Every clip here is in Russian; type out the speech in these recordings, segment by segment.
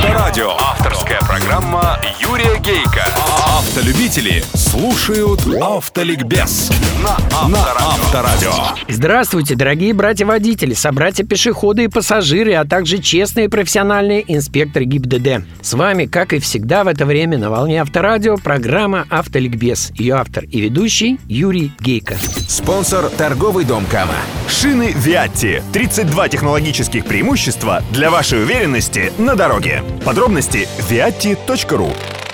Авторадио. Авторская программа Юрия Гейка. Автолюбители слушают Автоликбез на Авторадио. Здравствуйте, дорогие братья-водители, собратья-пешеходы и пассажиры, а также честные профессиональные инспекторы ГИБДД. С вами, как и всегда в это время на волне Авторадио, программа Автоликбез. Ее автор и ведущий Юрий Гейка. Спонсор — торговый дом Кама. Шины Виатти. 32 технологических преимущества для вашей уверенности на дороге. Подробности viatti.ru.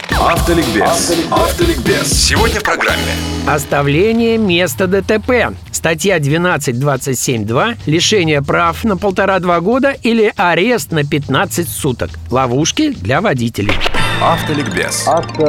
Автоликбез. Сегодня в программе. Оставление места ДТП. Статья 12.27.2. Лишение прав на 1,5-2 года или арест на 15 суток. Ловушки для водителей. Автоликбез.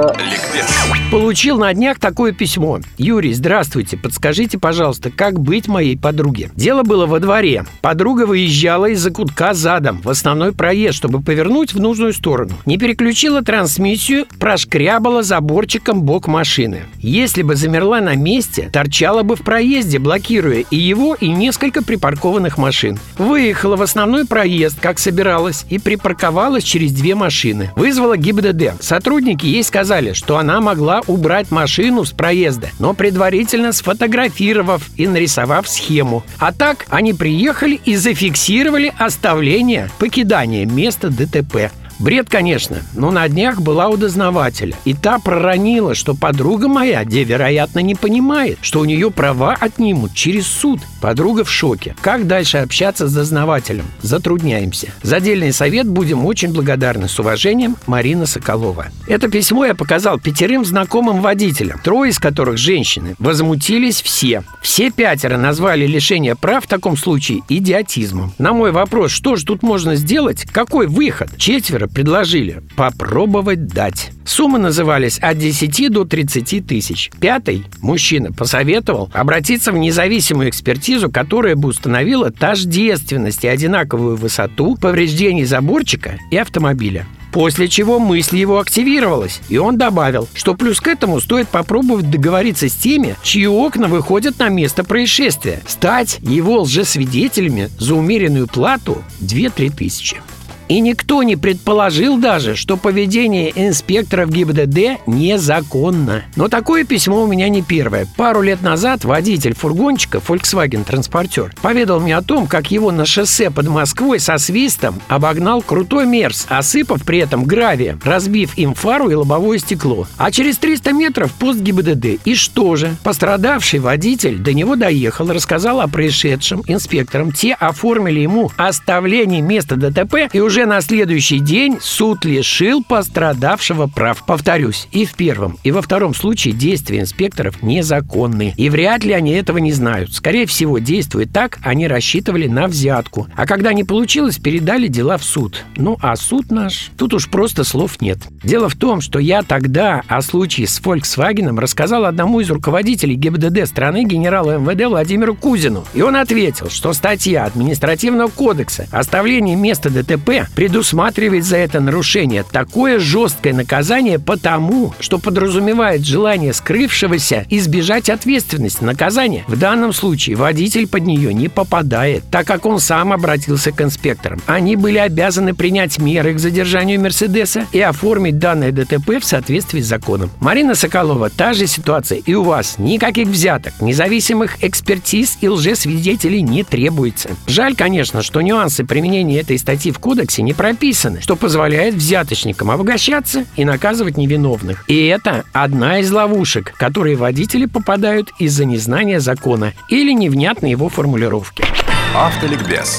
Получил на днях такое письмо. Юрий, здравствуйте. Подскажите, пожалуйста, как быть моей подруге? Дело было во дворе. Подруга выезжала из закутка задом в основной проезд, чтобы повернуть в нужную сторону. Не переключила трансмиссию, прошкрябала заборчиком бок машины. Если бы замерла на месте, торчала бы в проезде, блокируя и его, и несколько припаркованных машин. Выехала в основной проезд, как собиралась, и припарковалась через 2 машины. Вызвала ГИБДД. Сотрудники ей сказали, что она могла убрать машину с проезда, но предварительно сфотографировав и нарисовав схему. А так они приехали и зафиксировали оставление, покидание места ДТП. Бред, конечно, но на днях была у дознавателя. И та проронила, что подруга моя, вероятно, не понимает, что у нее права отнимут через суд. Подруга в шоке. Как дальше общаться с дознавателем? Затрудняемся. За отдельный совет будем очень благодарны. С уважением, Марина Соколова. Это письмо я показал 5 знакомым водителям, 3 из которых женщины. Возмутились все. Все 5 назвали лишение прав в таком случае идиотизмом. На мой вопрос, что же тут можно сделать, какой выход? 4 предложили попробовать дать. Суммы назывались от 10 до 30 тысяч. 5 мужчина посоветовал обратиться в независимую экспертизу, которая бы установила тождественность и одинаковую высоту повреждений заборчика и автомобиля. После чего мысль его активировалась, и он добавил, что плюс к этому стоит попробовать договориться с теми, чьи окна выходят на место происшествия, стать его лжесвидетелями за умеренную плату 2-3 тысячи. И никто не предположил даже, что поведение инспекторов ГИБДД незаконно. Но такое письмо у меня не первое. Пару лет назад водитель фургончика Volkswagen Transporter поведал мне о том, как его на шоссе под Москвой со свистом обогнал крутой мерс, осыпав при этом гравием, разбив им фару и лобовое стекло. А через 300 метров пост ГИБДД. И что же? Пострадавший водитель до него доехал, рассказал о происшедшем инспекторам. Те оформили ему оставление места ДТП, и уже на следующий день суд лишил пострадавшего прав. Повторюсь, и в первом, и во втором случае действия инспекторов незаконны. И вряд ли они этого не знают. Скорее всего, действуя так, они рассчитывали на взятку. А когда не получилось, передали дела в суд. Ну, а суд наш... Тут уж просто слов нет. Дело в том, что я тогда о случае с Volkswagen рассказал одному из руководителей ГИБДД страны, генералу МВД Владимиру Кузину. И он ответил, что статья Административного кодекса «Оставление места ДТП» предусматривает за это нарушение такое жесткое наказание, потому что подразумевает желание скрывшегося избежать ответственности наказания. В данном случае водитель под нее не попадает, так как он сам обратился к инспекторам. Они были обязаны принять меры к задержанию Мерседеса и оформить данное ДТП в соответствии с законом. Марина Соколова, та же ситуация и у вас. Никаких взяток, независимых экспертиз и лжесвидетелей не требуется. Жаль, конечно, что нюансы применения этой статьи в кодексе не прописаны, что позволяет взяточникам обогащаться и наказывать невиновных. И это одна из ловушек, в которые водители попадают из-за незнания закона или невнятной его формулировки. Автоликбез.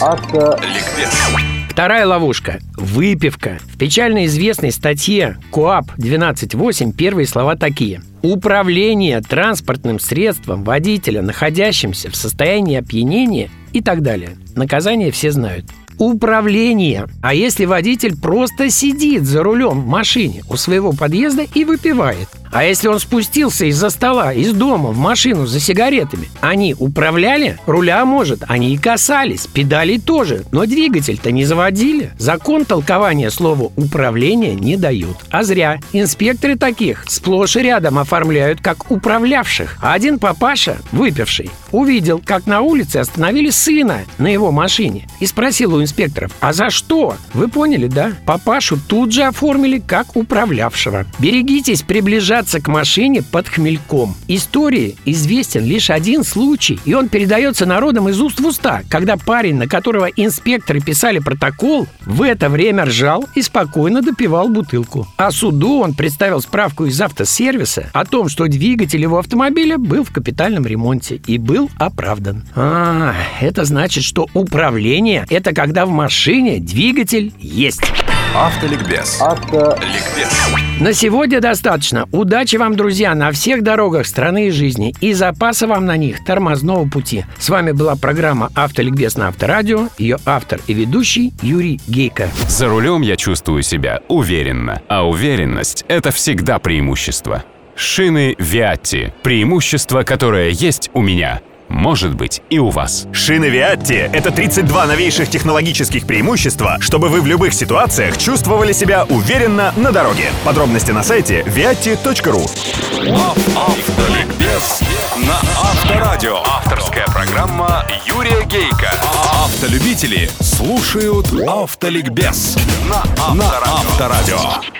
Вторая ловушка – выпивка. В печально известной статье КоАП 12.8 первые слова такие: управление транспортным средством водителя, находящимся в состоянии опьянения и так далее. Наказание все знают. Управление. А если водитель просто сидит за рулем в машине у своего подъезда и выпивает? А если он спустился из-за стола, из дома в машину за сигаретами? Они управляли? Руля, может, они и касались, педалей тоже, но двигатель-то не заводили. Закон толкования слова «управление» не дают. А зря. Инспекторы таких сплошь и рядом оформляют как управлявших. А один папаша, выпивший, увидел, как на улице остановили сына на его машине и спросил у инспекторов. А за что? Вы поняли, да? Папашу тут же оформили как управлявшего. Берегитесь приближаться к машине под хмельком. Истории известен лишь один случай, и он передается народам из уст в уста, когда парень, на которого инспекторы писали протокол, в это время ржал и спокойно допивал бутылку. А суду он представил справку из автосервиса о том, что двигатель его автомобиля был в капитальном ремонте и был оправдан. Это значит, что управление – это когда в машине двигатель есть. Автоликбез. На сегодня достаточно. Удачи вам, друзья, на всех дорогах страны и жизни и запаса вам на них тормозного пути. С вами была программа «Автоликбез» на Авторадио. Ее автор и ведущий Юрий Гейко. За рулем я чувствую себя уверенно, а уверенность – это всегда преимущество. Шины Виатти – преимущество, которое есть у меня. Может быть, и у вас. Шины Виатти — это 32 новейших технологических преимущества, чтобы вы в любых ситуациях чувствовали себя уверенно на дороге. Подробности на сайте viatti.ru. Автоликбез на Авторадио. Авторская программа Юрия Гейко. Автолюбители слушают Автоликбез на Авторадио.